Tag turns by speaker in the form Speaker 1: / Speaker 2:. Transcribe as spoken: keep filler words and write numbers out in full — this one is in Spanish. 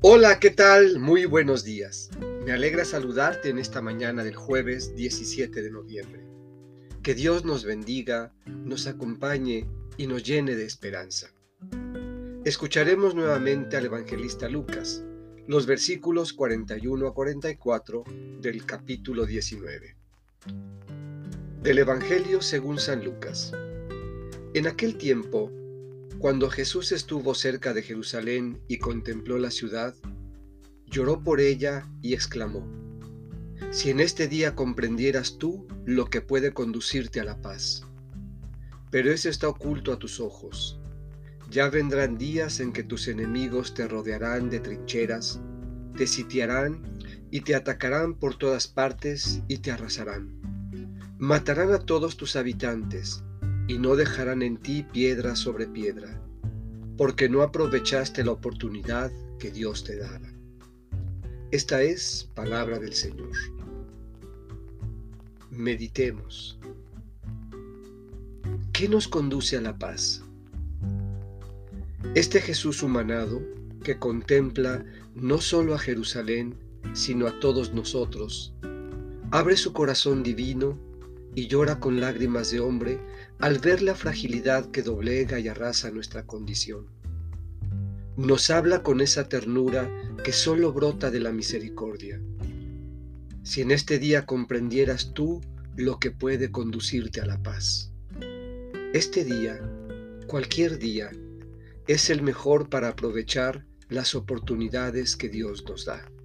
Speaker 1: Hola, ¿qué tal? Muy buenos días. Me alegra saludarte en esta mañana del jueves diecisiete de noviembre. Que Dios nos bendiga, nos acompañe y nos llene de esperanza. Escucharemos nuevamente al evangelista Lucas, los versículos cuarenta y uno a cuarenta y cuatro del capítulo diecinueve. Del Evangelio según San Lucas. En aquel tiempo, cuando Jesús estuvo cerca de Jerusalén y contempló la ciudad, lloró por ella y exclamó: Si en este día comprendieras tú lo que puede conducirte a la paz. Pero eso está oculto a tus ojos. Ya vendrán días en que tus enemigos te rodearán de trincheras, te sitiarán y te atacarán por todas partes y te arrasarán. Matarán a todos tus habitantes y no dejarán en ti piedra sobre piedra, porque no aprovechaste la oportunidad que Dios te daba. Esta es palabra del Señor. Meditemos. ¿Qué nos conduce a la paz? Este Jesús humanado, que contempla no solo a Jerusalén, sino a todos nosotros, abre su corazón divino y llora con lágrimas de hombre al ver la fragilidad que doblega y arrasa nuestra condición. Nos habla con esa ternura que solo brota de la misericordia. Si en este día comprendieras tú lo que puede conducirte a la paz. Este día, cualquier día, es el mejor para aprovechar las oportunidades que Dios nos da.